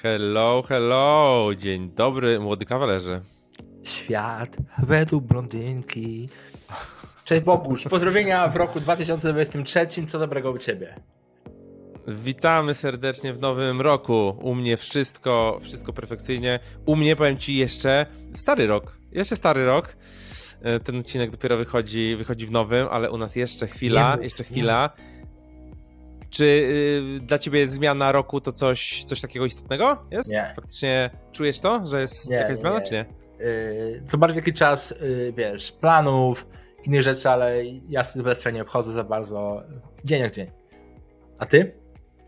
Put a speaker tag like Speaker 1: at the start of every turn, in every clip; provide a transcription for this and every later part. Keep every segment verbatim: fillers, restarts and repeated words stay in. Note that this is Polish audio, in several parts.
Speaker 1: Hello, hello, dzień dobry, młody kawalerze.
Speaker 2: Świat według blondynki. Cześć Bogusz, pozdrowienia w roku dwa tysiące dwudziestym trzecim, co dobrego u Ciebie?
Speaker 1: Witamy serdecznie w nowym roku. U mnie wszystko, wszystko perfekcyjnie. U mnie, powiem Ci, jeszcze stary rok. Jeszcze stary rok. Ten odcinek dopiero wychodzi, wychodzi w nowym, ale u nas jeszcze chwila,
Speaker 2: nie
Speaker 1: jeszcze chwila. Czy y, dla Ciebie jest zmiana roku to coś, coś takiego istotnego? Jest?
Speaker 2: Nie.
Speaker 1: Faktycznie czujesz to, że jest
Speaker 2: nie,
Speaker 1: jakaś
Speaker 2: nie,
Speaker 1: zmiana,
Speaker 2: nie.
Speaker 1: czy nie?
Speaker 2: Yy, to bardziej taki czas, yy, wiesz, planów, innych rzeczy, ale ja Sylwestra nie obchodzę za bardzo dzień jak dzień. A Ty?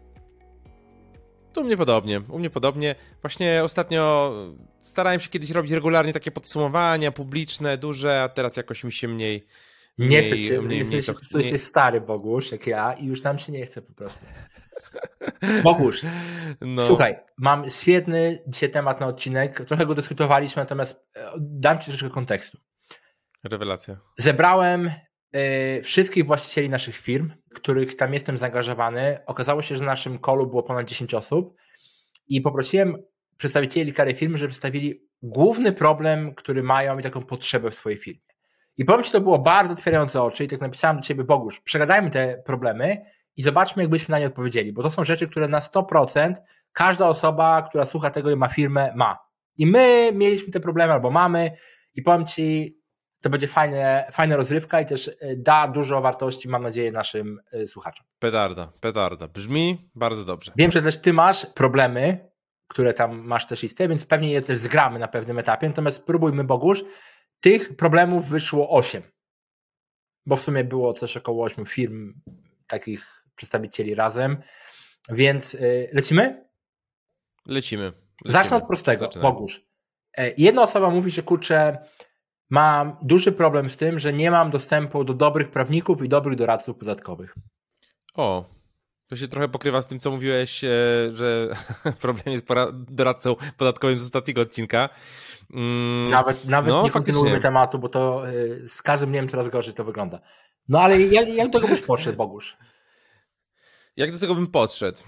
Speaker 1: Tu u mnie podobnie, u mnie podobnie. Właśnie ostatnio starałem się kiedyś robić regularnie takie podsumowania publiczne, duże, a teraz jakoś mi się mniej... mniej
Speaker 2: Nie chcę Cię,
Speaker 1: mniej,
Speaker 2: jesteś,
Speaker 1: mniej
Speaker 2: to,
Speaker 1: to,
Speaker 2: jesteś
Speaker 1: nie...
Speaker 2: stary Bogusz, jak ja, i już nam się nie chce po prostu. Bogusz,
Speaker 1: no.
Speaker 2: Słuchaj, mam świetny dzisiaj temat na odcinek, trochę go dyskutowaliśmy, natomiast dam Ci troszeczkę kontekstu.
Speaker 1: Rewelacja.
Speaker 2: Zebrałem y, wszystkich właścicieli naszych firm, których tam jestem zaangażowany. Okazało się, że na naszym callu było ponad dziesięć osób i poprosiłem przedstawicieli kilku firm, żeby przedstawili główny problem, który mają i taką potrzebę w swojej firmie. I powiem Ci, to było bardzo otwierające oczy i tak napisałem do Ciebie, Bogusz, przegadajmy te problemy i zobaczmy, jak byśmy na nie odpowiedzieli, bo to są rzeczy, które na sto procent każda osoba, która słucha tego i ma firmę, ma. I my mieliśmy te problemy albo mamy i powiem Ci, to będzie fajne, fajna rozrywka i też da dużo wartości, mam nadzieję, naszym słuchaczom.
Speaker 1: Petarda, petarda. Brzmi bardzo dobrze.
Speaker 2: Wiem, że też Ty masz problemy, które tam masz też listę, więc pewnie je też zgramy na pewnym etapie, natomiast spróbujmy, Bogusz. Tych problemów wyszło osiem, bo w sumie było też około ośmiu firm, takich przedstawicieli razem, więc yy, lecimy?
Speaker 1: Lecimy. lecimy.
Speaker 2: Zacznę od prostego,
Speaker 1: Zaczynamy.
Speaker 2: Bogusz. Jedna osoba mówi, że kurczę, mam duży problem z tym, że nie mam dostępu do dobrych prawników i dobrych doradców podatkowych.
Speaker 1: O, to się trochę pokrywa z tym, co mówiłeś, że problem jest doradcą podatkowym z ostatniego odcinka.
Speaker 2: Mm, nawet nawet
Speaker 1: no,
Speaker 2: nie kontynuujmy tematu, bo to z każdym dniem coraz gorzej to wygląda. No ale jak, jak do tego byś podszedł, Bogusz?
Speaker 1: Jak do tego bym podszedł?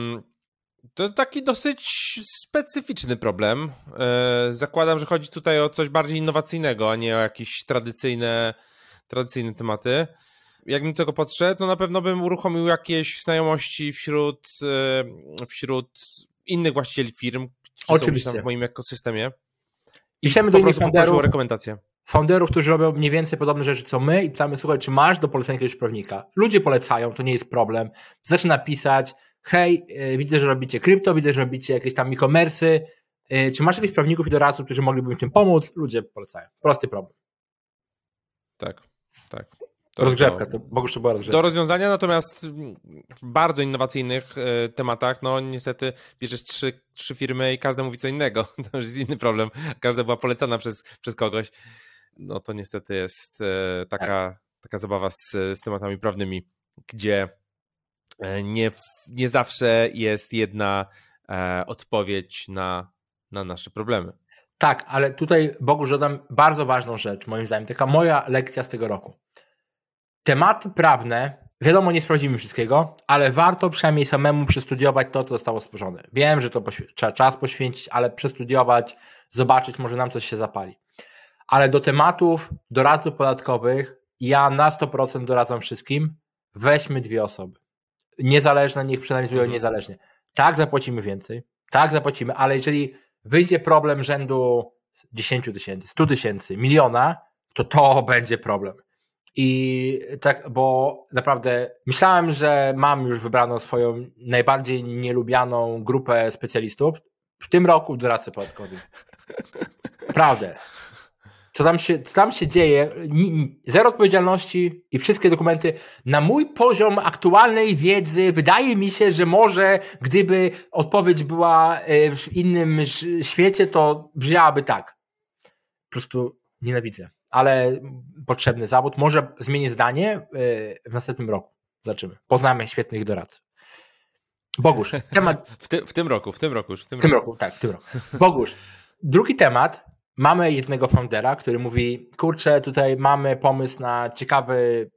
Speaker 1: To taki dosyć specyficzny problem. Zakładam, że chodzi tutaj o coś bardziej innowacyjnego, a nie o jakieś tradycyjne, tradycyjne tematy. Jakbym do tego podszedł, no na pewno bym uruchomił jakieś znajomości wśród, wśród innych właścicieli firm, którzy
Speaker 2: Oczywiście.
Speaker 1: są tam w moim ekosystemie.
Speaker 2: I piszemy do innych founderów,
Speaker 1: rekomendacje.
Speaker 2: founderów, którzy robią mniej więcej podobne rzeczy co my i pytamy, słuchaj, czy masz do polecenia jakiegoś prawnika? Ludzie polecają, to nie jest problem. Zaczyna pisać, hej, yy, widzę, że robicie krypto, widzę, że robicie jakieś tam e-commerce'y, yy, czy masz jakichś prawników i doradców, którzy mogliby mi w tym pomóc? Ludzie polecają. Prosty problem.
Speaker 1: Tak, tak. To
Speaker 2: rozgrzewka,
Speaker 1: to,
Speaker 2: to Bogusz, to była rozgrzewka.
Speaker 1: Do rozwiązania, natomiast w bardzo innowacyjnych y, tematach, no niestety bierzesz trzy, trzy firmy i każda mówi co innego. To już jest inny problem. Każda była polecana przez, przez kogoś. No to niestety jest y, taka, tak. taka zabawa z, z tematami prawnymi, gdzie y, nie, nie zawsze jest jedna y, odpowiedź na, na nasze problemy.
Speaker 2: Tak, ale tutaj Bogusz dodam bardzo ważną rzecz, moim zdaniem, taka moja lekcja z tego roku. Tematy prawne, wiadomo, nie sprawdzimy wszystkiego, ale warto przynajmniej samemu przestudiować to, co zostało stworzone. Wiem, że to poświę- trzeba czas poświęcić, ale przestudiować, zobaczyć, może nam coś się zapali. Ale do tematów doradców podatkowych ja na sto procent doradzam wszystkim, weźmy dwie osoby. Niezależne, niech przeanalizują mhm. niezależnie. Tak, zapłacimy więcej, tak, zapłacimy, ale jeżeli wyjdzie problem rzędu dziesięć tysięcy, sto tysięcy, miliona, to to będzie problem. I tak, bo naprawdę myślałem, że mam już wybraną swoją najbardziej nielubianą grupę specjalistów. W tym roku doradcy podatkowi. Prawdę. Co tam się, co tam się dzieje? Zero odpowiedzialności i wszystkie dokumenty. Na mój poziom aktualnej wiedzy wydaje mi się, że może gdyby odpowiedź była w innym świecie, to brzmiałaby tak. Po prostu nienawidzę. Ale potrzebny zawód. Może zmienię zdanie w następnym roku. Zobaczymy. Poznamy świetnych doradców. Bogusz, temat...
Speaker 1: W, ty, w tym roku, w tym roku już. W tym,
Speaker 2: w tym
Speaker 1: roku.
Speaker 2: roku, tak, w tym roku. Bogusz, drugi temat. Mamy jednego foundera, który mówi, kurczę, tutaj mamy pomysł na ciekawy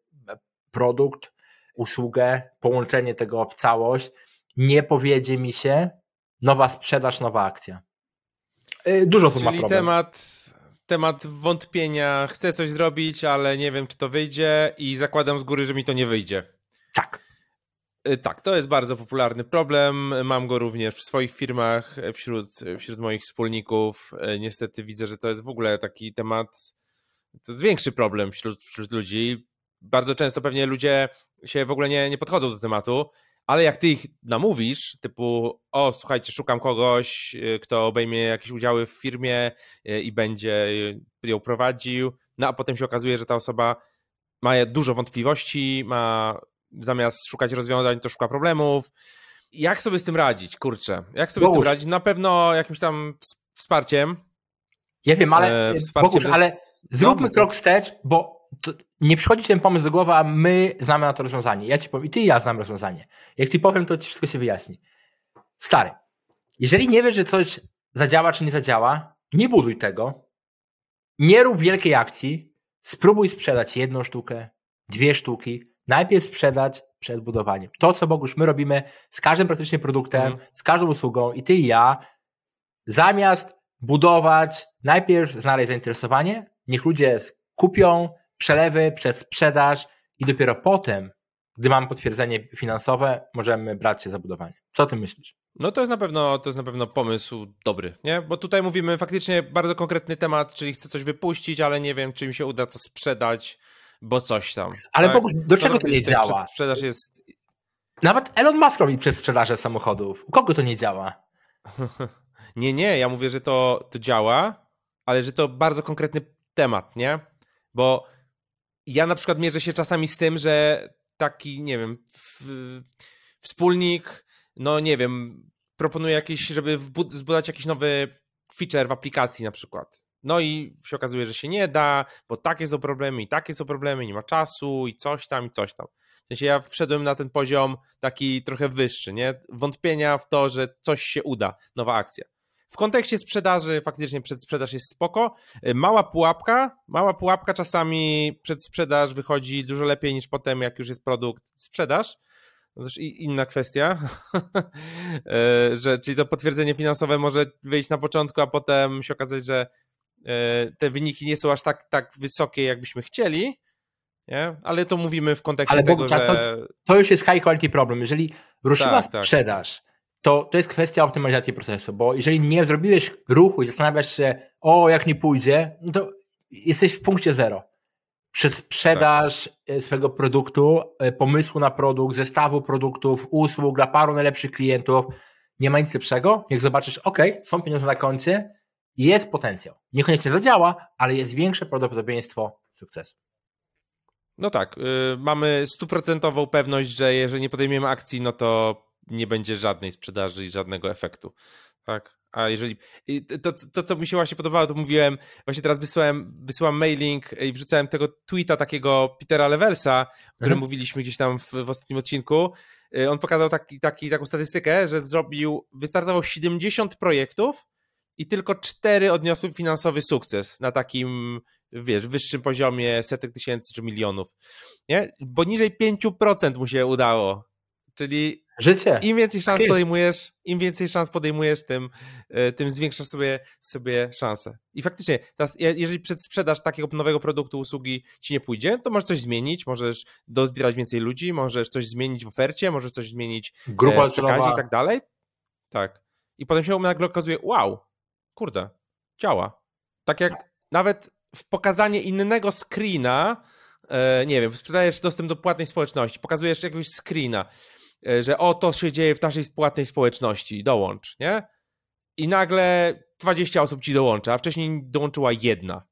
Speaker 2: produkt, usługę, połączenie tego w całość. Nie powiedzie mi się, nowa sprzedaż, nowa akcja. Dużo osób ma
Speaker 1: Czyli
Speaker 2: problem.
Speaker 1: temat, temat wątpienia, chcę coś zrobić, ale nie wiem, czy to wyjdzie i zakładam z góry, że mi to nie wyjdzie.
Speaker 2: Tak.
Speaker 1: Tak, to jest bardzo popularny problem. Mam go również w swoich firmach, wśród, wśród moich wspólników. Niestety widzę, że to jest w ogóle taki temat, to jest większy problem wśród, wśród ludzi. Bardzo często pewnie ludzie się w ogóle nie, nie podchodzą do tematu, ale jak ty ich namówisz, typu o, słuchajcie, szukam kogoś, kto obejmie jakieś udziały w firmie i będzie ją prowadził, no a potem się okazuje, że ta osoba ma dużo wątpliwości, ma zamiast szukać rozwiązań, to szuka problemów. Jak sobie z tym radzić, kurczę? Jak sobie
Speaker 2: Bogusz.
Speaker 1: z tym radzić? Na pewno jakimś tam wsparciem.
Speaker 2: Ja wiem, ale,
Speaker 1: e,
Speaker 2: Bogusz,
Speaker 1: bez...
Speaker 2: ale zróbmy
Speaker 1: no,
Speaker 2: krok wstecz, bo to nie przychodzi ten pomysł do głowy, a my znamy na to rozwiązanie. Ja ci powiem, i ty i ja znam rozwiązanie. Jak ci powiem, to ci wszystko się wyjaśni. Stary, jeżeli nie wiesz, że coś zadziała czy nie zadziała, nie buduj tego, nie rób wielkiej akcji, spróbuj sprzedać jedną sztukę, dwie sztuki, najpierw sprzedać przed budowaniem. To, co Bogusz, my robimy z każdym praktycznie produktem, mm. z każdą usługą i ty i ja, zamiast budować, najpierw znaleźć zainteresowanie, niech ludzie kupią, przelewy, przedsprzedaż i dopiero potem, gdy mamy potwierdzenie finansowe, możemy brać się za budowanie. Co ty myślisz?
Speaker 1: No to jest na pewno, to jest na pewno pomysł dobry, nie? Bo tutaj mówimy faktycznie bardzo konkretny temat, czyli chcę coś wypuścić, ale nie wiem, czy mi się uda to sprzedać, bo coś tam.
Speaker 2: Ale
Speaker 1: tak?
Speaker 2: Bogusz, do czego
Speaker 1: to
Speaker 2: to nie działa?
Speaker 1: Sprzedaż jest...
Speaker 2: Nawet Elon Musk robi przedsprzedaże samochodów. U kogo to nie działa?
Speaker 1: nie, nie, ja mówię, że to, to działa, ale że to bardzo konkretny temat, nie? Bo ja na przykład mierzę się czasami z tym, że taki, nie wiem, w, wspólnik, no nie wiem, proponuje jakiś, żeby wbud- zbudować jakiś nowy feature w aplikacji na przykład. No i się okazuje, że się nie da, bo takie są problemy i takie są problemy, nie ma czasu i coś tam i coś tam. W sensie ja wszedłem na ten poziom taki trochę wyższy, nie? Wątpienia w to, że coś się uda, nowa akcja. W kontekście sprzedaży faktycznie przedsprzedaż jest spoko. Mała pułapka, mała pułapka czasami przedsprzedaż wychodzi dużo lepiej niż potem, jak już jest produkt, sprzedaż. To też inna kwestia, że, czyli to potwierdzenie finansowe może wyjść na początku, a potem się okazać, że te wyniki nie są aż tak, tak wysokie, jakbyśmy chcieli, nie? Ale to mówimy w kontekście
Speaker 2: Ale
Speaker 1: tego,
Speaker 2: Bogu,
Speaker 1: że...
Speaker 2: To, to już jest high quality problem. Jeżeli ruszyła
Speaker 1: tak,
Speaker 2: sprzedaż,
Speaker 1: tak.
Speaker 2: to to jest kwestia optymalizacji procesu, bo jeżeli nie zrobiłeś ruchu i zastanawiasz się, o, jak nie pójdzie, no to jesteś w punkcie zero. Przedsprzedaż tak. swojego produktu, pomysłu na produkt, zestawu produktów, usług dla paru najlepszych klientów, nie ma nic lepszego, jak zobaczysz, ok, są pieniądze na koncie, jest potencjał. Niekoniecznie zadziała, ale jest większe prawdopodobieństwo sukcesu.
Speaker 1: No tak, yy, mamy stuprocentową pewność, że jeżeli nie podejmiemy akcji, no to nie będzie żadnej sprzedaży i żadnego efektu, tak? A jeżeli, to, to co mi się właśnie podobało, to mówiłem, właśnie teraz wysyłałem, wysyłam mailing i wrzucałem tego tweeta takiego Petera Levelsa, o którym mhm. mówiliśmy gdzieś tam w, w ostatnim odcinku. On pokazał taki, taki, taką statystykę, że zrobił, wystartował siedemdziesiąt projektów i tylko cztery odniosły finansowy sukces na takim, wiesz, wyższym poziomie setek tysięcy czy milionów, nie? Bo niżej pięć procent mu się udało, czyli
Speaker 2: życie.
Speaker 1: Im więcej szans podejmujesz, im więcej szans podejmujesz, tym, tym zwiększasz sobie, sobie szanse. I faktycznie, teraz, jeżeli przedsprzedaż takiego nowego produktu, usługi ci nie pójdzie, to możesz coś zmienić, możesz dozbierać więcej ludzi, możesz coś zmienić w ofercie, możesz coś zmienić
Speaker 2: Grupa
Speaker 1: w przekazie i tak dalej. Tak. I potem się nagle okazuje, wow, kurde, działa. Tak jak nawet w pokazanie innego screena, nie wiem, sprzedajesz dostęp do płatnej społeczności, pokazujesz jakiegoś screena, że o, to się dzieje w naszej płatnej społeczności, dołącz, nie? I nagle dwadzieścia osób ci dołącza, a wcześniej dołączyła jedna.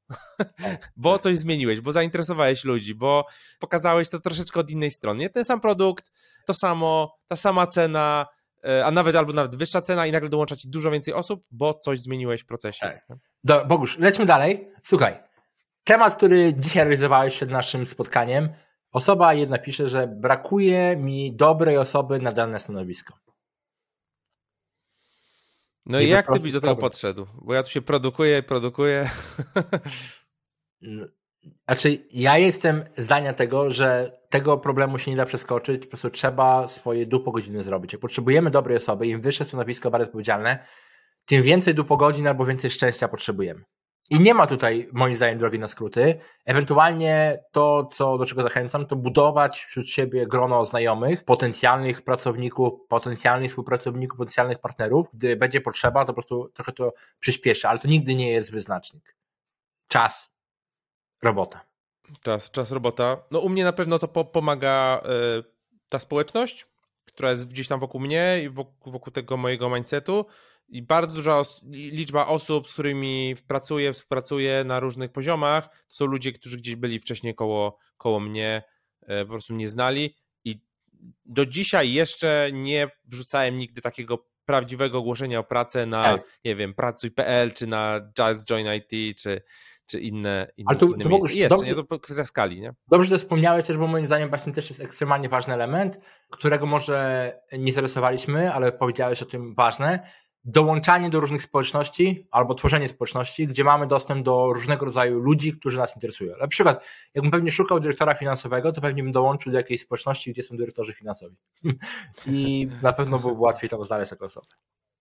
Speaker 1: Bo coś zmieniłeś, bo zainteresowałeś ludzi, bo pokazałeś to troszeczkę od innej strony. Nie? Ten sam produkt, to samo, ta sama cena, a nawet albo nawet wyższa cena i nagle dołącza ci dużo więcej osób, bo coś zmieniłeś w procesie.
Speaker 2: Tak. Do, Bogusz, lećmy dalej. Słuchaj, temat, który dzisiaj realizowałeś przed naszym spotkaniem, osoba jedna pisze, że brakuje mi dobrej osoby na dane stanowisko.
Speaker 1: No i, i jak ty byś do tego problem. podszedł? Bo ja tu się produkuję, produkuję.
Speaker 2: Znaczy, ja jestem zdania tego, że tego problemu się nie da przeskoczyć, po prostu trzeba swoje dupogodziny zrobić. Jak potrzebujemy dobrej osoby, im wyższe stanowisko bardziej odpowiedzialne, tym więcej dupogodzin albo więcej szczęścia potrzebujemy. I nie ma tutaj, moim zdaniem, drogi na skróty. Ewentualnie to, co, do czego zachęcam, to budować wśród siebie grono znajomych, potencjalnych pracowników, potencjalnych współpracowników, potencjalnych partnerów. Gdy będzie potrzeba, to po prostu trochę to przyspieszy, ale to nigdy nie jest wyznacznik. Czas, robota.
Speaker 1: Czas, czas, robota. No u mnie na pewno to po, pomaga y, ta społeczność, która jest gdzieś tam wokół mnie i wokół, wokół tego mojego mindsetu. I bardzo duża os- liczba osób, z którymi pracuję, współpracuję na różnych poziomach, to są ludzie, którzy gdzieś byli wcześniej koło, koło mnie, e, po prostu mnie znali i do dzisiaj jeszcze nie wrzucałem nigdy takiego prawdziwego ogłoszenia o pracę na,
Speaker 2: tak.
Speaker 1: nie wiem, pracuj kropka pe el, czy na Just Join I T, czy, czy inne, inne,
Speaker 2: Ale tu,
Speaker 1: inne
Speaker 2: tu
Speaker 1: miejsca. Jeszcze,
Speaker 2: dobrze,
Speaker 1: nie? To kwestia skali, nie?
Speaker 2: Dobrze, że wspomniałeś też, bo moim zdaniem właśnie też jest ekstremalnie ważny element, którego może nie zarysowaliśmy, ale powiedziałeś o tym ważne. Dołączanie do różnych społeczności albo tworzenie społeczności, gdzie mamy dostęp do różnego rodzaju ludzi, którzy nas interesują. Na przykład, jakbym pewnie szukał dyrektora finansowego, to pewnie bym dołączył do jakiejś społeczności, gdzie są dyrektorzy finansowi. I na pewno byłoby łatwiej tam znaleźć taką osobę.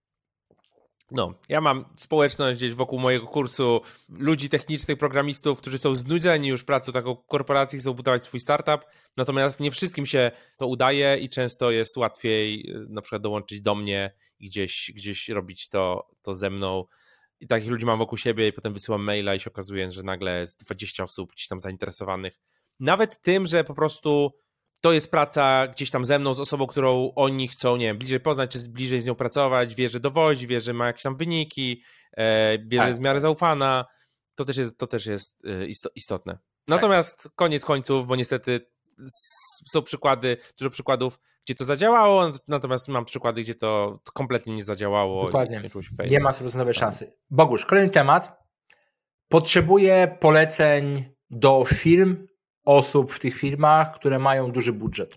Speaker 1: No, ja mam społeczność gdzieś wokół mojego kursu ludzi technicznych, programistów, którzy są znudzeni już pracą taką korporacji, chcą budować swój startup, natomiast nie wszystkim się to udaje i często jest łatwiej na przykład dołączyć do mnie i gdzieś, gdzieś robić to, to ze mną. I takich ludzi mam wokół siebie i potem wysyłam maila i się okazuje, że nagle jest dwadzieścia osób gdzieś tam zainteresowanych. Nawet tym, że po prostu to jest praca gdzieś tam ze mną, z osobą, którą oni chcą, nie wiem, bliżej poznać, czy bliżej z nią pracować, wie, że dowodzi, wie, że ma jakieś tam wyniki, e, wie,
Speaker 2: tak,
Speaker 1: że jest w miarę
Speaker 2: tak.
Speaker 1: zaufana. To też jest, to też jest istotne. Natomiast tak. Koniec końców, bo niestety są przykłady, dużo przykładów, gdzie to zadziałało, natomiast mam przykłady, gdzie to kompletnie nie zadziałało.
Speaker 2: Dokładnie.
Speaker 1: I
Speaker 2: nie ma stuprocentowej szansy. Bogusz, kolejny temat. Potrzebuję poleceń do firm, osób w tych firmach, które mają duży budżet.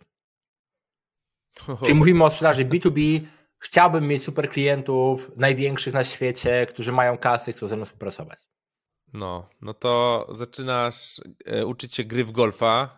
Speaker 2: Czyli mówimy o sprzedaży B dwa B, chciałbym mieć super klientów, największych na świecie, którzy mają kasy, chcą ze mną współpracować.
Speaker 1: No, no to zaczynasz e, uczyć się gry w golfa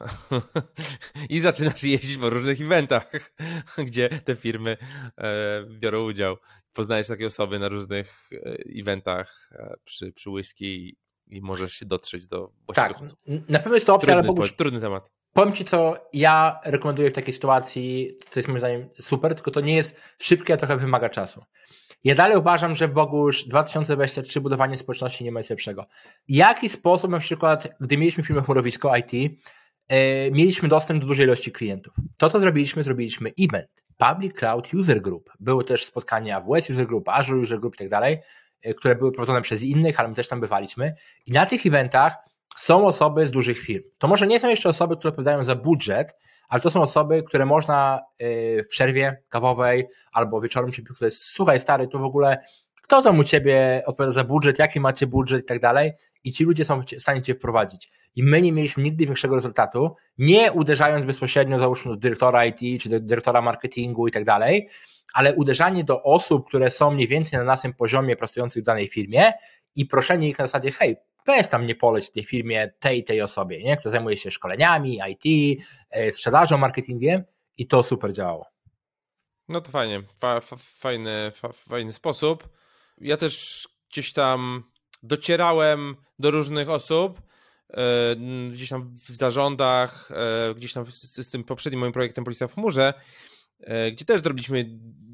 Speaker 1: i zaczynasz jeździć po różnych eventach, gdzie te firmy e, biorą udział. Poznajesz takie osoby na różnych e, eventach e, przy, przy whisky i, i możesz się dotrzeć do właściwych
Speaker 2: tak, osób. Na pewno jest to opcja,
Speaker 1: trudny,
Speaker 2: ale Bogusz,
Speaker 1: trudny temat.
Speaker 2: Powiem Ci, co ja rekomenduję w takiej sytuacji, co jest moim zdaniem super, tylko to nie jest szybkie, a trochę wymaga czasu. Ja dalej uważam, że Bogusz dwa tysiące dwudziesty trzeci budowanie społeczności nie ma nic lepszego. W jaki sposób, na przykład, gdy mieliśmy firmę Chmurowisko I T, yy, mieliśmy dostęp do dużej ilości klientów. To, co zrobiliśmy, zrobiliśmy event, Public Cloud User Group. Były też spotkania A W S User Group, Azure User Group i tak dalej, które były prowadzone przez innych, ale my też tam bywaliśmy. I na tych eventach są osoby z dużych firm. To może nie są jeszcze osoby, które odpowiadają za budżet, ale to są osoby, które można w przerwie kawowej albo wieczorem się powiedzieć, słuchaj stary, to w ogóle kto tam u Ciebie odpowiada za budżet, jaki macie budżet i tak dalej, i ci ludzie są w stanie Cię wprowadzić. I my nie mieliśmy nigdy większego rezultatu, nie uderzając bezpośrednio załóżmy do dyrektora I T czy do dyrektora marketingu i tak dalej, ale uderzanie do osób, które są mniej więcej na naszym poziomie pracujących w danej firmie i proszenie ich na zasadzie, hej, weź tam nie poleć w tej firmie tej tej osobie, nie? Która zajmuje się szkoleniami, I T, sprzedażą, marketingiem i to super działało.
Speaker 1: No to fajnie, fa, fa, fajny, fa, fajny sposób. Ja też gdzieś tam docierałem do różnych osób, e, gdzieś tam w zarządach, e, gdzieś tam z, z tym poprzednim moim projektem Policja w chmurze, e, gdzie też zrobiliśmy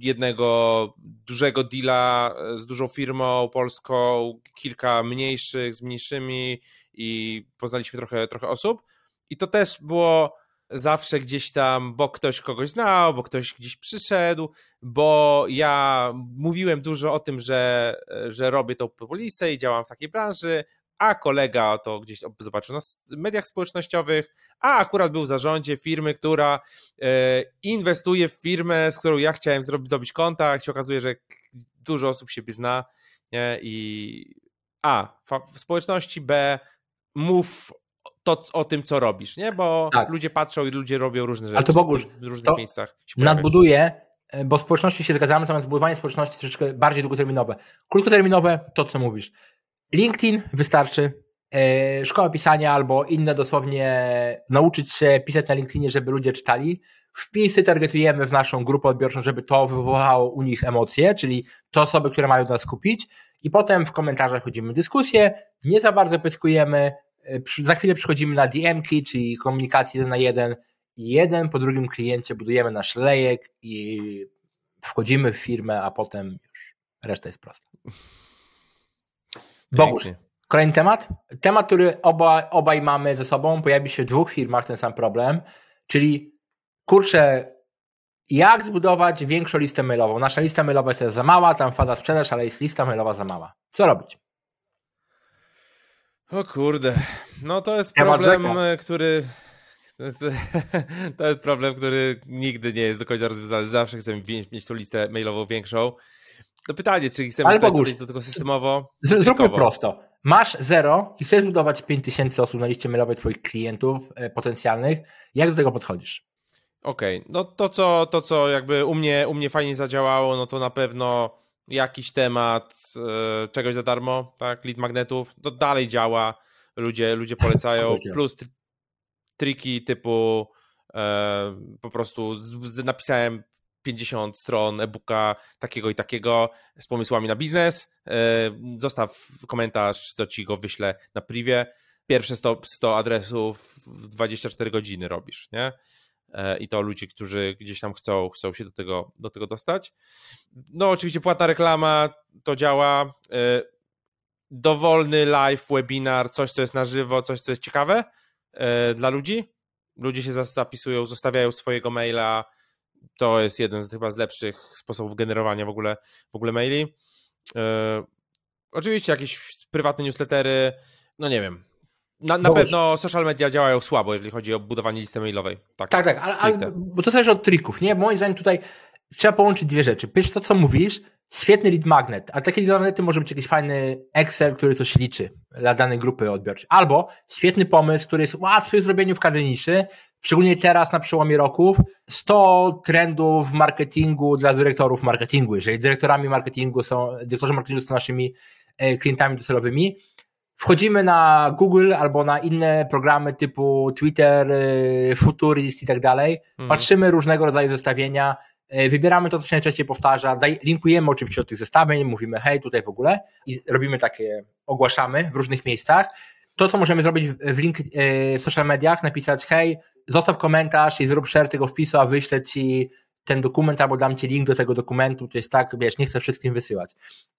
Speaker 1: jednego dużego deala z dużą firmą polską, kilka mniejszych z mniejszymi i poznaliśmy trochę, trochę osób i to też było zawsze gdzieś tam, bo ktoś kogoś znał, bo ktoś gdzieś przyszedł, bo ja mówiłem dużo o tym, że, że robię tą policję i działam w takiej branży, a kolega to gdzieś zobaczył na mediach społecznościowych, a akurat był w zarządzie firmy, która inwestuje w firmę, z którą ja chciałem zrobić, zdobyć kontakt, się okazuje, że dużo osób siebie zna, nie? I a, w społeczności, B, mów to o tym, co robisz, nie? Bo tak. Ludzie patrzą i ludzie robią różne rzeczy.
Speaker 2: Ale to Bogusz,
Speaker 1: w różnych
Speaker 2: to
Speaker 1: miejscach
Speaker 2: nadbuduję, bo w społeczności się zgadzamy, natomiast budowanie społeczności troszeczkę bardziej długoterminowe. Krótkoterminowe, to co mówisz. LinkedIn wystarczy, yy, szkoła pisania albo inne dosłownie nauczyć się pisać na LinkedInie, żeby ludzie czytali. Wpisy targetujemy w naszą grupę odbiorczą, żeby to wywołało u nich emocje, czyli te osoby, które mają nas kupić, i potem w komentarzach chodzimy w dyskusję, nie za bardzo pyskujemy, za chwilę przychodzimy na D M-ki, czyli komunikację jeden na jeden, i jeden po drugim kliencie budujemy nasz lejek i wchodzimy w firmę, a potem już reszta jest prosta. Bogusz, kolejny temat. Temat, który oba, obaj mamy ze sobą, pojawi się w dwóch firmach ten sam problem, czyli kurczę, jak zbudować większą listę mailową? Nasza lista mailowa jest za mała, tam wpada sprzedaż, ale jest lista mailowa za mała. Co robić?
Speaker 1: O kurde, no to jest problem, który... To jest problem, który nigdy nie jest do końca rozwiązany. Zawsze chcemy mieć tą listę mailową większą. To pytanie, czy chcemy podejść do tego systemowo?
Speaker 2: Z- zróbmy prosto. Masz zero i chcesz zbudować pięć tysięcy osób na liście mailowej twoich klientów e, potencjalnych. Jak do tego podchodzisz?
Speaker 1: Okej, okay. No to co, to co jakby u mnie, u mnie fajnie zadziałało, no to na pewno jakiś temat e, czegoś za darmo, tak, lead magnetów, to dalej działa, ludzie, ludzie polecają, plus tr- triki typu e, po prostu z, z, napisałem pięćdziesiąt stron e-booka takiego i takiego z pomysłami na biznes, e, zostaw komentarz, to ci go wyślę na privie, pierwsze sto, sto adresów w dwadzieścia cztery godziny robisz, nie? I to ludzie, którzy gdzieś tam chcą, chcą się do tego, do tego dostać. No oczywiście płatna reklama, to działa. Dowolny live webinar, coś co jest na żywo, coś co jest ciekawe dla ludzi. Ludzie się zapisują, zostawiają swojego maila. To jest jeden z chyba z lepszych sposobów generowania w ogóle, w ogóle maili. Oczywiście jakieś prywatne newslettery, no nie wiem. Na, na pewno social media działają słabo, jeżeli chodzi o budowanie listy mailowej. Tak,
Speaker 2: tak, tak, ale, ale bo to zależy od trików, nie? Moim zdaniem tutaj trzeba połączyć dwie rzeczy. Pierwsze to, co mówisz, świetny lead magnet, ale taki lead magnet może być jakiś fajny Excel, który coś liczy dla danej grupy odbiorczej. Albo świetny pomysł, który jest łatwy w zrobieniu w każdej niszy, szczególnie teraz na przełomie roków, sto trendów w marketingu dla dyrektorów marketingu. Jeżeli dyrektorami marketingu są, dyrektorzy marketingu są naszymi klientami docelowymi, wchodzimy na Google albo na inne programy typu Twitter, Futurist i tak dalej, patrzymy różnego rodzaju zestawienia, wybieramy to, co się najczęściej powtarza, daj, linkujemy oczywiście do tych zestawień, mówimy hej, tutaj w ogóle i robimy takie, ogłaszamy w różnych miejscach. To, co możemy zrobić w link w social mediach, napisać hej, zostaw komentarz i zrób share tego wpisu, a wyślę ci ten dokument albo dam ci link do tego dokumentu, to jest tak, wiesz, nie chcę wszystkim wysyłać.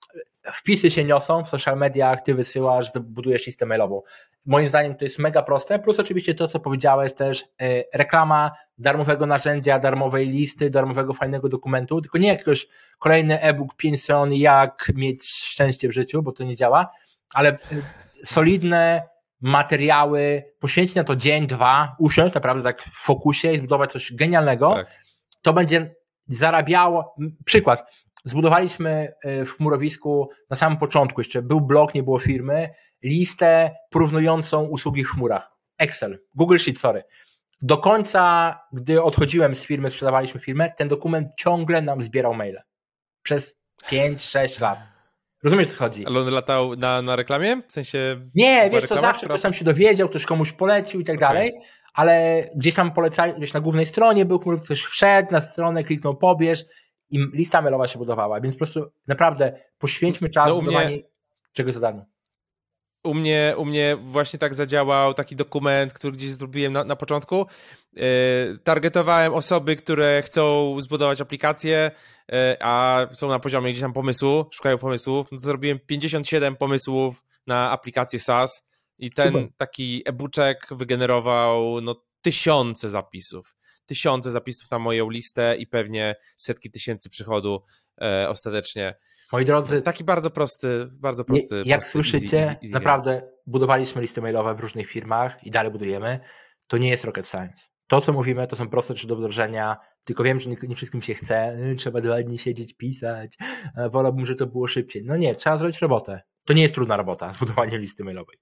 Speaker 2: Wpisy się niosą w social mediach, ty wysyłasz, budujesz listę mailową. Moim zdaniem to jest mega proste, plus oczywiście to, co powiedziałeś też, yy, reklama darmowego narzędzia, darmowej listy, darmowego fajnego dokumentu, tylko nie jakiegoś kolejny e-book pięć stron, jak mieć szczęście w życiu, bo to nie działa, ale yy, solidne materiały, poświęcić na to dzień, dwa, usiąść naprawdę tak w fokusie i zbudować coś genialnego, tak. To będzie zarabiało, przykład, zbudowaliśmy w chmurowisku na samym początku, jeszcze był blog, nie było firmy, listę porównującą usługi w chmurach. Excel, Google Sheet, sorry. Do końca, gdy odchodziłem z firmy, sprzedawaliśmy firmę, ten dokument ciągle nam zbierał maile. Przez pięć sześć lat. Rozumiesz, co chodzi?
Speaker 1: Ale on latał na, na reklamie? W sensie...
Speaker 2: Nie, wiesz, to zawsze która... ktoś tam się dowiedział, ktoś komuś polecił i tak okay. dalej, ale gdzieś tam polecali, gdzieś na głównej stronie był, ktoś wszedł na stronę, kliknął pobierz i lista mailowa się budowała, więc po prostu naprawdę poświęćmy czas no, budowanie mnie... czegoś za darmo.
Speaker 1: U mnie, u mnie właśnie tak zadziałał taki dokument, który gdzieś zrobiłem na, na początku. Yy, targetowałem osoby, które chcą zbudować aplikację, yy, a są na poziomie gdzieś tam pomysłu, szukają pomysłów. No to zrobiłem pięćdziesiąt siedem pomysłów na aplikację SaaS i ten Super. Taki e-booczek wygenerował no, tysiące zapisów. Tysiące zapisów na moją listę i pewnie setki tysięcy przychodu yy, ostatecznie.
Speaker 2: Moi drodzy,
Speaker 1: taki bardzo prosty, bardzo prosty.
Speaker 2: Nie, jak
Speaker 1: prosty,
Speaker 2: słyszycie,
Speaker 1: easy, easy, easy
Speaker 2: naprawdę game. Budowaliśmy listy mailowe w różnych firmach i dalej budujemy. To nie jest rocket science. To, co mówimy, to są proste rzeczy do wdrożenia, tylko wiem, że nie, nie wszystkim się chce, trzeba dwa dni siedzieć, pisać, wolałbym, że to było szybciej. No nie, trzeba zrobić robotę. To nie jest trudna robota, zbudowanie listy mailowej.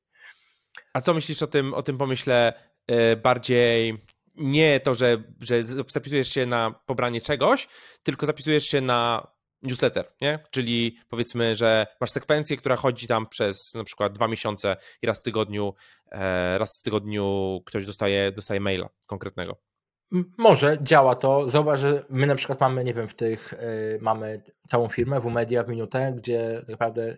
Speaker 1: A co myślisz o tym, o tym pomyśle yy, bardziej... Nie to, że, że zapisujesz się na pobranie czegoś, tylko zapisujesz się na newsletter, nie? Czyli powiedzmy, że masz sekwencję, która chodzi tam przez na przykład dwa miesiące i raz w tygodniu, e, raz w tygodniu ktoś dostaje, dostaje maila konkretnego.
Speaker 2: Może działa to. Zauważ, że my na przykład mamy, nie wiem, w tych, yy, mamy całą firmę W-Media w minutę, gdzie tak naprawdę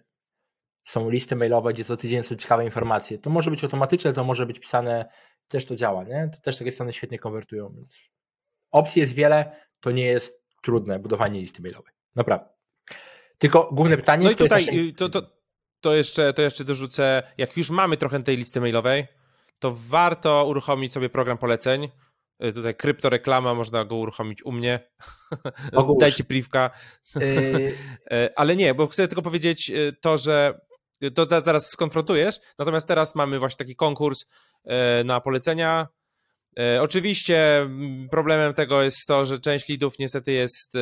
Speaker 2: są listy mailowe, gdzie co tydzień są ciekawe informacje. To może być automatyczne, to może być pisane, też to działa, nie? To też takie strony świetnie konwertują, więc opcji jest wiele, to nie jest trudne budowanie listy mailowej. Naprawdę. Tylko główne pytanie...
Speaker 1: No i tutaj
Speaker 2: to, jest...
Speaker 1: to, to, to, jeszcze, to jeszcze dorzucę, jak już mamy trochę tej listy mailowej, to warto uruchomić sobie program poleceń. Tutaj kryptoreklama, można go uruchomić u mnie. Ogóż. Dajcie pliwka. Yy... Ale nie, bo chcę tylko powiedzieć to, że to zaraz skonfrontujesz, natomiast teraz mamy właśnie taki konkurs na polecenia. Oczywiście problemem tego jest to, że część leadów niestety jest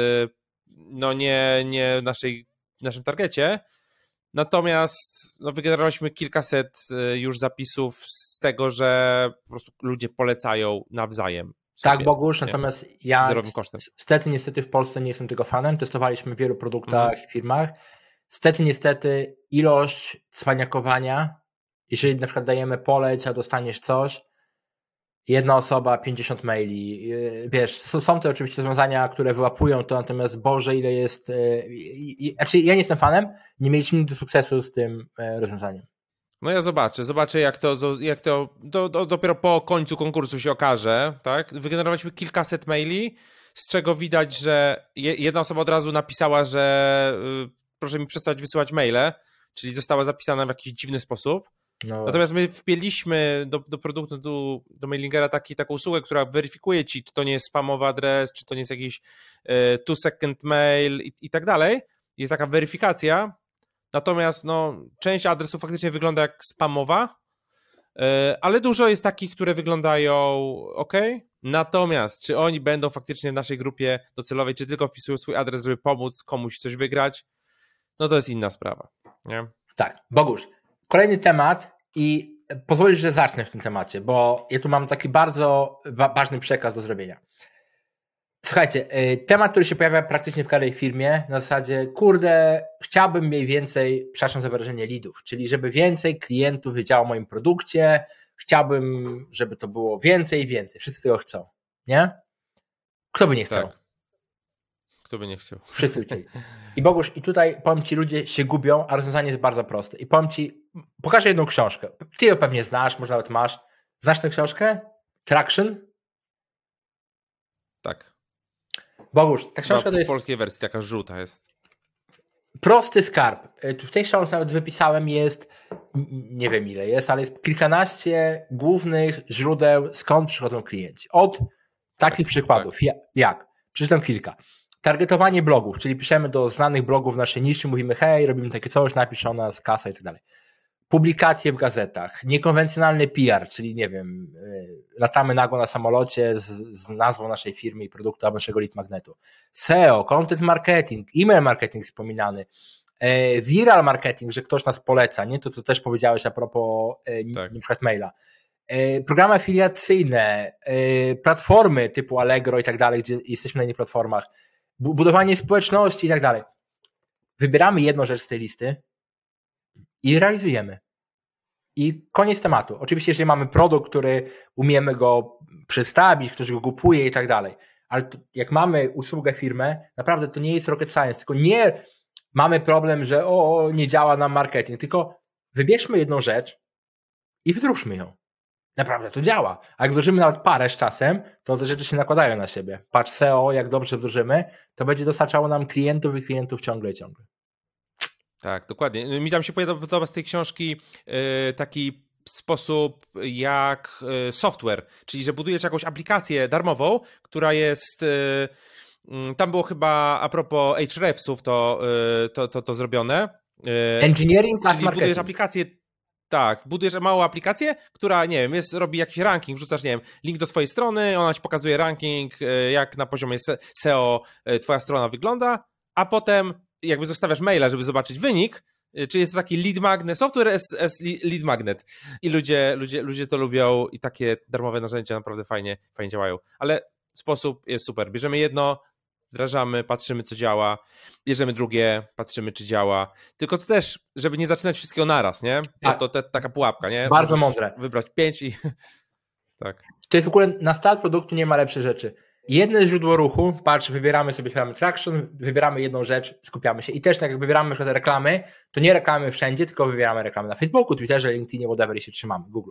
Speaker 1: no nie, nie w naszej, w naszym targecie, natomiast no, wygenerowaliśmy kilkaset już zapisów z tego, że po prostu ludzie polecają nawzajem sobie,
Speaker 2: tak, Bogusz, nie? Natomiast ja
Speaker 1: kosztem.
Speaker 2: stety, niestety w Polsce nie jestem tego fanem, testowaliśmy w wielu produktach i mm. firmach, stety, niestety ilość cwaniakowania, jeżeli na przykład dajemy poleć, a dostaniesz coś, jedna osoba, pięćdziesiąt maili, wiesz, są to oczywiście rozwiązania, które wyłapują to, natomiast Boże, ile jest, znaczy ja nie jestem fanem, nie mieliśmy nigdy sukcesu z tym rozwiązaniem.
Speaker 1: No ja zobaczę, zobaczę jak to, jak to do, do, dopiero po końcu konkursu się okaże, tak? Wygenerowaliśmy kilkaset maili, z czego widać, że jedna osoba od razu napisała, że yy, proszę mi przestać wysyłać maile, czyli została zapisana w jakiś dziwny sposób. No. Natomiast my wpięliśmy do, do produktu, do, do mailingera taki, taką usługę, która weryfikuje ci, czy to nie jest spamowy adres, czy to nie jest jakiś y, two second mail i, i tak dalej. Jest taka weryfikacja. Natomiast no, część adresów faktycznie wygląda jak spamowa, y, ale dużo jest takich, które wyglądają ok. Natomiast czy oni będą faktycznie w naszej grupie docelowej, czy tylko wpisują swój adres, żeby pomóc komuś coś wygrać, no to jest inna sprawa. Nie?
Speaker 2: Tak, Bogusz. Kolejny temat i pozwolisz, że zacznę w tym temacie, bo ja tu mam taki bardzo wa- ważny przekaz do zrobienia. Słuchajcie, temat, który się pojawia praktycznie w każdej firmie, na zasadzie, kurde, chciałbym mniej więcej, przepraszam za wyrażenie, leadów, czyli żeby więcej klientów wiedziało o moim produkcie, chciałbym, żeby to było więcej i więcej, wszyscy tego chcą, nie? Kto by nie chciał?
Speaker 1: Tak. Kto by nie chciał?
Speaker 2: Wszyscy chcieli. I Bogusz, i tutaj powiem ci, ludzie się gubią, a rozwiązanie jest bardzo proste. I powiem ci, pokażę jedną książkę. Ty ją pewnie znasz, może nawet masz. Znasz tę książkę? Traction?
Speaker 1: Tak.
Speaker 2: Bogusz, ta książka
Speaker 1: w
Speaker 2: to jest...
Speaker 1: W polskiej wersji taka żółta jest.
Speaker 2: Prosty skarb. W tej książce nawet wypisałem jest, nie wiem ile jest, ale jest kilkanaście głównych źródeł, skąd przychodzą klienci. Od takich tak, przykładów. Tak. Jak? Przeczytam kilka. Targetowanie blogów, czyli piszemy do znanych blogów w naszej niszy, mówimy hej, robimy takie coś, napisz o nas, kasa i tak dalej. Publikacje w gazetach, niekonwencjonalny P R, czyli nie wiem, latamy nago na samolocie z, z nazwą naszej firmy i produktu albo naszego lead magnetu. S E O, content marketing, e-mail marketing wspominany, e, viral marketing, że ktoś nas poleca, nie to co też powiedziałeś a propos e, tak. na przykład maila. E, programy afiliacyjne, e, platformy typu Allegro i tak dalej, gdzie jesteśmy na innych platformach, budowanie społeczności i tak dalej. Wybieramy jedną rzecz z tej listy i realizujemy. I koniec tematu. Oczywiście, jeżeli mamy produkt, który umiemy go przedstawić, ktoś go kupuje i tak dalej, ale to, jak mamy usługę, firmę, naprawdę to nie jest rocket science, tylko nie mamy problem, że o, nie działa nam marketing, tylko wybierzmy jedną rzecz i wdróżmy ją. Naprawdę to działa. A jak wdrożymy nawet parę z czasem, to te rzeczy się nakładają na siebie. Patrz S E O, jak dobrze wdrożymy, to będzie dostarczało nam klientów i klientów ciągle i ciągle.
Speaker 1: Tak, dokładnie. Mi tam się podoba z tej książki yy, taki sposób jak yy, software, czyli że budujesz jakąś aplikację darmową, która jest... Yy, tam było chyba a propos Ahrefsów to, yy, to, to, to zrobione.
Speaker 2: Yy, Engineering plus
Speaker 1: czyli
Speaker 2: marketing.
Speaker 1: budujesz aplikację. Tak, budujesz małą aplikację, która, nie wiem, jest, robi jakiś ranking, wrzucasz, nie wiem, link do swojej strony, ona ci pokazuje ranking, jak na poziomie S E O twoja strona wygląda, a potem jakby zostawiasz maila, żeby zobaczyć wynik, czyli jest to taki lead magnet, software as, as lead magnet i ludzie, ludzie, ludzie to lubią i takie darmowe narzędzia naprawdę fajnie, fajnie działają, ale sposób jest super, bierzemy jedno, wdrażamy, patrzymy co działa, bierzemy drugie, patrzymy czy działa, tylko to też, żeby nie zaczynać wszystkiego naraz, nie? Bo
Speaker 2: Tak.
Speaker 1: to te, taka pułapka, nie?
Speaker 2: Bardzo
Speaker 1: Możesz
Speaker 2: mądre.
Speaker 1: wybrać pięć i tak.
Speaker 2: To jest w ogóle na start produktu nie ma lepszej rzeczy. Jedno źródło ruchu, patrz, wybieramy sobie, wybieramy traction, wybieramy jedną rzecz, skupiamy się i też tak jak wybieramy na przykład reklamy, to nie reklamy wszędzie, tylko wybieramy reklamy na Facebooku, Twitterze, LinkedInie, whatever i się trzymamy, Google.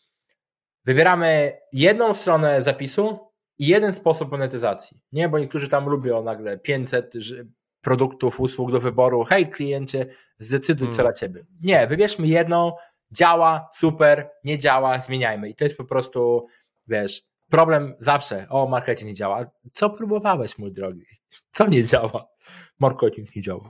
Speaker 2: Wybieramy jedną stronę zapisu i jeden sposób monetyzacji, nie, bo niektórzy tam lubią nagle pięćset produktów, usług do wyboru, hej kliencie, zdecyduj co
Speaker 1: Hmm.
Speaker 2: dla ciebie. Nie, wybierzmy jedną, działa, super, nie działa, zmieniajmy i to jest po prostu, wiesz, problem zawsze, o marketing nie działa. Co próbowałeś, mój drogi? Co nie działa? Marketing nie działa.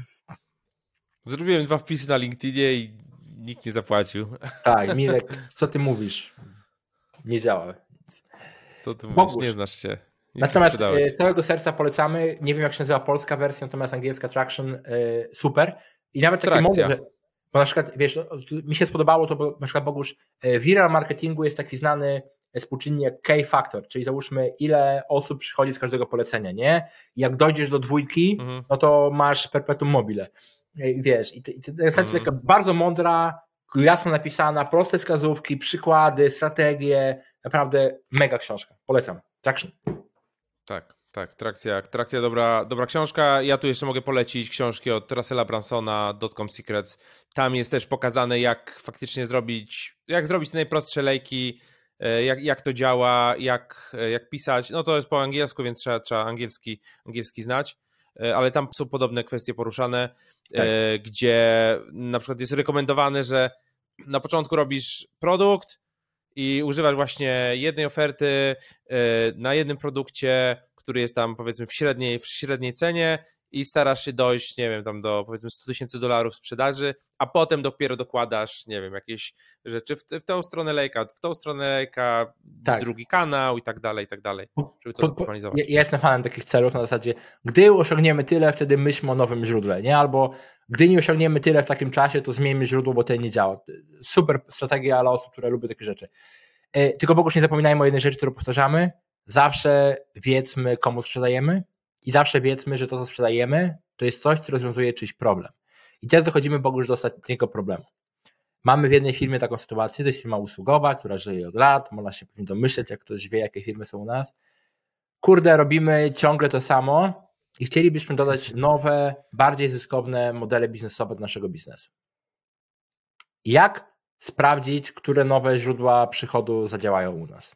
Speaker 1: Zrobiłem dwa wpisy na LinkedInie i nikt nie zapłacił.
Speaker 2: Tak, Mirek, co ty mówisz? Nie działa.
Speaker 1: Co ty mówisz?
Speaker 2: Bogusz.
Speaker 1: Nie znasz się. Nic
Speaker 2: Natomiast
Speaker 1: nie
Speaker 2: e, całego serca polecamy. Nie wiem, jak się nazywa polska wersja, natomiast angielska Traction e, super. I nawet takie
Speaker 1: Trakcja.
Speaker 2: mądre, że bo na przykład, wiesz, mi się spodobało to, bo na przykład Bogusz, e, viral marketingu jest taki znany współczynnik K-factor, czyli załóżmy ile osób przychodzi z każdego polecenia, nie? I jak dojdziesz do dwójki,
Speaker 1: Mhm.
Speaker 2: no to masz perpetuum mobile. I wiesz, i to, i to jest
Speaker 1: Mhm.
Speaker 2: taka bardzo mądra, jasno napisana, proste wskazówki, przykłady, strategie, naprawdę mega książka. Polecam. Traction.
Speaker 1: Tak, tak. Trakcja, trakcja dobra, dobra książka. Ja tu jeszcze mogę polecić książki od Russella Bransona, Dotcom Secrets. Tam jest też pokazane, jak faktycznie zrobić, jak zrobić te najprostsze lejki, jak, jak to działa, jak, jak pisać. No to jest po angielsku, więc trzeba, trzeba angielski, angielski znać, ale tam są podobne kwestie poruszane, tak. Gdzie na przykład jest rekomendowane, że na początku robisz produkt i używasz właśnie jednej oferty na jednym produkcie, który jest tam powiedzmy w średniej, w średniej cenie i starasz się dojść, nie wiem, tam do powiedzmy sto tysięcy dolarów sprzedaży, a potem dopiero dokładasz, nie wiem, jakieś rzeczy w, w tą stronę lejka, w tą stronę lejka, tak. drugi kanał i tak dalej, i tak dalej, żeby to zoptymalizować.
Speaker 2: Ja, ja jestem fanem takich celów na zasadzie, gdy osiągniemy tyle, wtedy myślmy o nowym źródle, nie? Albo gdy nie osiągniemy tyle w takim czasie, to zmieńmy źródło, bo to nie działa. Super strategia dla osób, które lubią takie rzeczy. Tylko Bogusz, nie zapominajmy o jednej rzeczy, którą powtarzamy. Zawsze wiedzmy, komu sprzedajemy i zawsze wiedzmy, że to, co sprzedajemy, to jest coś, co rozwiązuje czyjś problem. I teraz dochodzimy, Bogusz, do ostatniego problemu. Mamy w jednej firmie taką sytuację, to jest firma usługowa, która żyje od lat, można się pewnie domyśleć, jak ktoś wie, jakie firmy są u nas. Kurde, robimy ciągle to samo i chcielibyśmy dodać nowe, bardziej zyskowne modele biznesowe do naszego biznesu. Jak sprawdzić, które nowe źródła przychodu zadziałają u nas?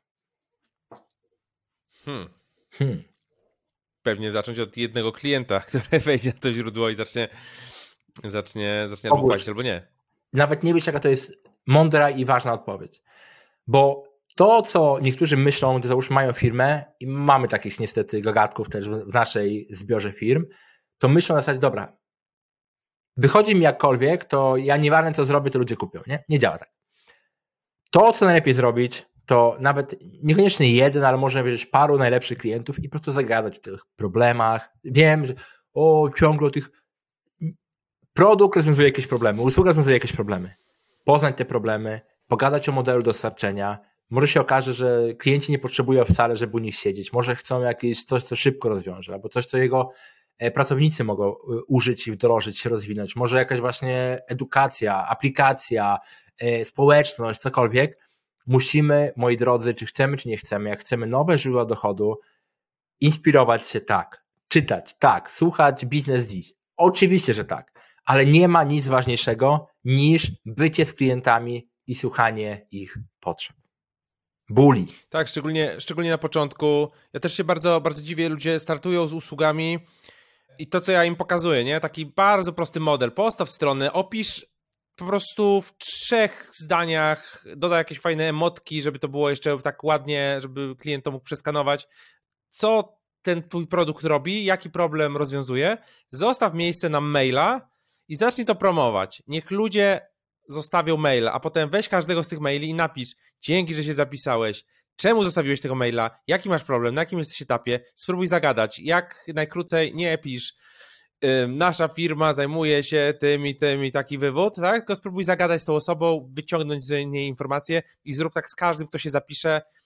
Speaker 1: Hmm.
Speaker 2: Hmm.
Speaker 1: Pewnie zacząć od jednego klienta, który wejdzie na to źródło i zacznie zacznie, zacznie albo płacić, albo nie.
Speaker 2: Nawet nie wiesz, jaka to jest mądra i ważna odpowiedź. Bo to, co niektórzy myślą, gdy załóżmy mają firmę i mamy takich niestety gagatków też w naszej zbiorze firm, to myślą na zasadzie, dobra, wychodzi mi jakkolwiek, to ja nieważne co zrobię, to ludzie kupią. Nie, nie działa tak. To, co najlepiej zrobić, to nawet niekoniecznie jeden, ale można wierzyć paru najlepszych klientów i po prostu zagadać o tych problemach. Wiem, że o, ciągle o tych... Produkt rozwiązuje jakieś problemy, usługa rozwiązuje jakieś problemy. Poznać te problemy, pogadać o modelu dostarczenia. Może się okaże, że klienci nie potrzebują wcale, żeby u nich siedzieć. Może chcą jakieś coś, co szybko rozwiąże, albo coś, co jego pracownicy mogą użyć i wdrożyć, się rozwinąć. Może jakaś właśnie edukacja, aplikacja, społeczność, cokolwiek. Musimy, moi drodzy, czy chcemy, czy nie chcemy, jak chcemy nowe źródła dochodu, inspirować się tak, czytać tak, słuchać biznes dziś. Oczywiście, że tak, ale nie ma nic ważniejszego niż bycie z klientami i słuchanie ich potrzeb. Bóli.
Speaker 1: Tak, szczególnie, szczególnie na początku. Ja też się bardzo, bardzo dziwię, ludzie startują z usługami i to, co ja im pokazuję, nie? Taki bardzo prosty model. Postaw stronę, opisz po prostu w trzech zdaniach, dodaj jakieś fajne emotki, żeby to było jeszcze tak ładnie, żeby klient to mógł przeskanować. Co ten twój produkt robi, jaki problem rozwiązuje. Zostaw miejsce na maila i zacznij to promować. Niech ludzie zostawią maila, a potem weź każdego z tych maili i napisz, dzięki, że się zapisałeś, czemu zostawiłeś tego maila, jaki masz problem, na jakim jesteś etapie, spróbuj zagadać, jak najkrócej, nie pisz, yy, nasza firma zajmuje się tym i tym i taki wywód, tak? Tylko spróbuj zagadać z tą osobą, wyciągnąć z niej informacje i zrób tak z każdym, kto się zapisze,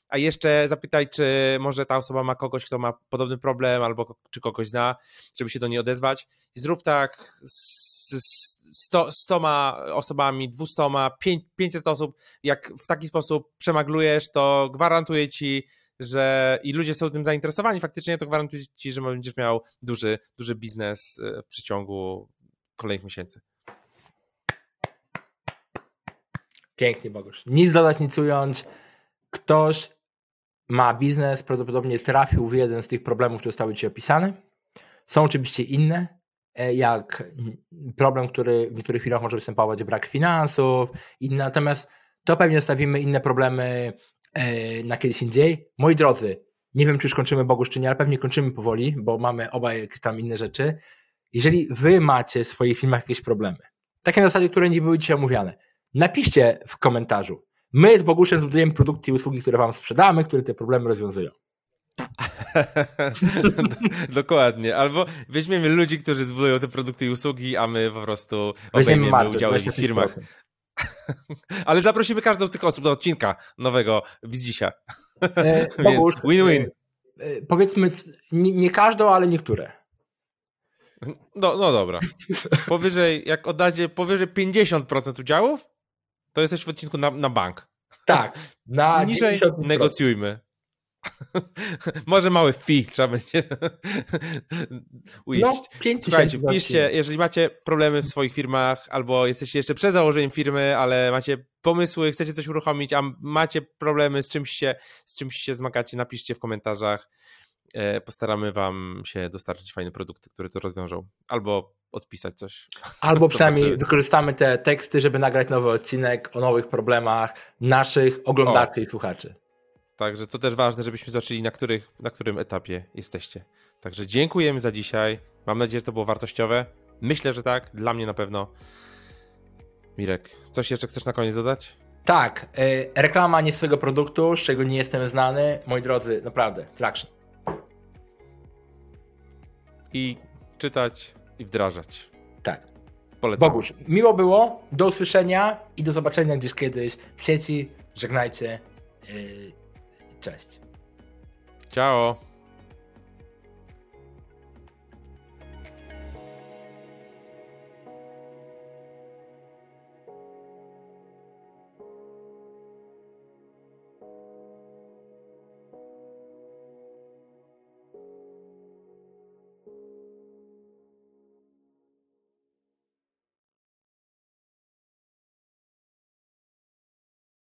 Speaker 1: a jeszcze zapytaj, czy może ta osoba ma kogoś, kto ma podobny problem, albo czy kogoś zna, żeby się do niej odezwać. I zrób tak z, z sto, stoma osobami, dwustoma, pięć, pięćset osób. Jak w taki sposób przemaglujesz, to gwarantuję ci, że i ludzie są tym zainteresowani faktycznie, to gwarantuję ci, że będziesz miał duży, duży biznes w przeciągu kolejnych miesięcy.
Speaker 2: Pięknie, Bogusz. Nic dodać, nic ująć. Ktoś ma biznes, prawdopodobnie trafił w jeden z tych problemów, które zostały ci opisane. Są oczywiście inne, jak problem, który w niektórych firmach może występować, brak finansów, inne. Natomiast to pewnie zostawimy inne problemy na kiedyś indziej. Moi drodzy, nie wiem, czy już kończymy, Bogusz, czy nie, ale pewnie kończymy powoli, bo mamy obaj jakieś tam inne rzeczy. Jeżeli wy macie w swoich firmach jakieś problemy, takie na zasadzie, które nie były dzisiaj omówiane, napiszcie w komentarzu. My z Boguszem zbudujemy produkty i usługi, które wam sprzedamy, które te problemy rozwiązują.
Speaker 1: Dokładnie. Albo weźmiemy ludzi, którzy zbudują te produkty i usługi, a my po prostu
Speaker 2: weźmiemy
Speaker 1: obejmiemy udziały w ich firmach. Ale zaprosimy każdą z tych osób do odcinka nowego Bizdzisia.
Speaker 2: E, Bogusz,
Speaker 1: win-win.
Speaker 2: E, e, powiedzmy, nie, nie każdą, ale niektóre.
Speaker 1: No, no dobra. Powyżej, jak oddacie powyżej pięćdziesiąt procent udziałów, to jesteś w odcinku na, na bank.
Speaker 2: Tak. Na
Speaker 1: niżej negocjujmy. Może mały fee trzeba będzie ujść.
Speaker 2: No, pięć
Speaker 1: Słuchajcie, wpiszcie, jeżeli macie problemy w swoich firmach, albo jesteście jeszcze przed założeniem firmy, ale macie pomysły, chcecie coś uruchomić, a macie problemy z czymś się, z czymś się zmagacie, napiszcie w komentarzach. Postaramy wam się dostarczyć fajne produkty, które to rozwiążą. Albo odpisać coś.
Speaker 2: Albo przynajmniej wykorzystamy te teksty, żeby nagrać nowy odcinek o nowych problemach naszych oglądaczy o. i słuchaczy.
Speaker 1: Także to też ważne, żebyśmy zobaczyli, na, których, na którym etapie jesteście. Także dziękujemy za dzisiaj. Mam nadzieję, że to było wartościowe. Myślę, że tak. Dla mnie na pewno. Mirek, coś jeszcze chcesz na koniec dodać?
Speaker 2: Tak. Yy, reklama nie swojego produktu, z czego nie jestem znany. Moi drodzy, naprawdę, Traction.
Speaker 1: I czytać, i wdrażać.
Speaker 2: Tak.
Speaker 1: Polecam.
Speaker 2: Bogusz, miło było. Do usłyszenia i do zobaczenia gdzieś kiedyś w sieci. Żegnajcie. Yy, cześć.
Speaker 1: Ciao.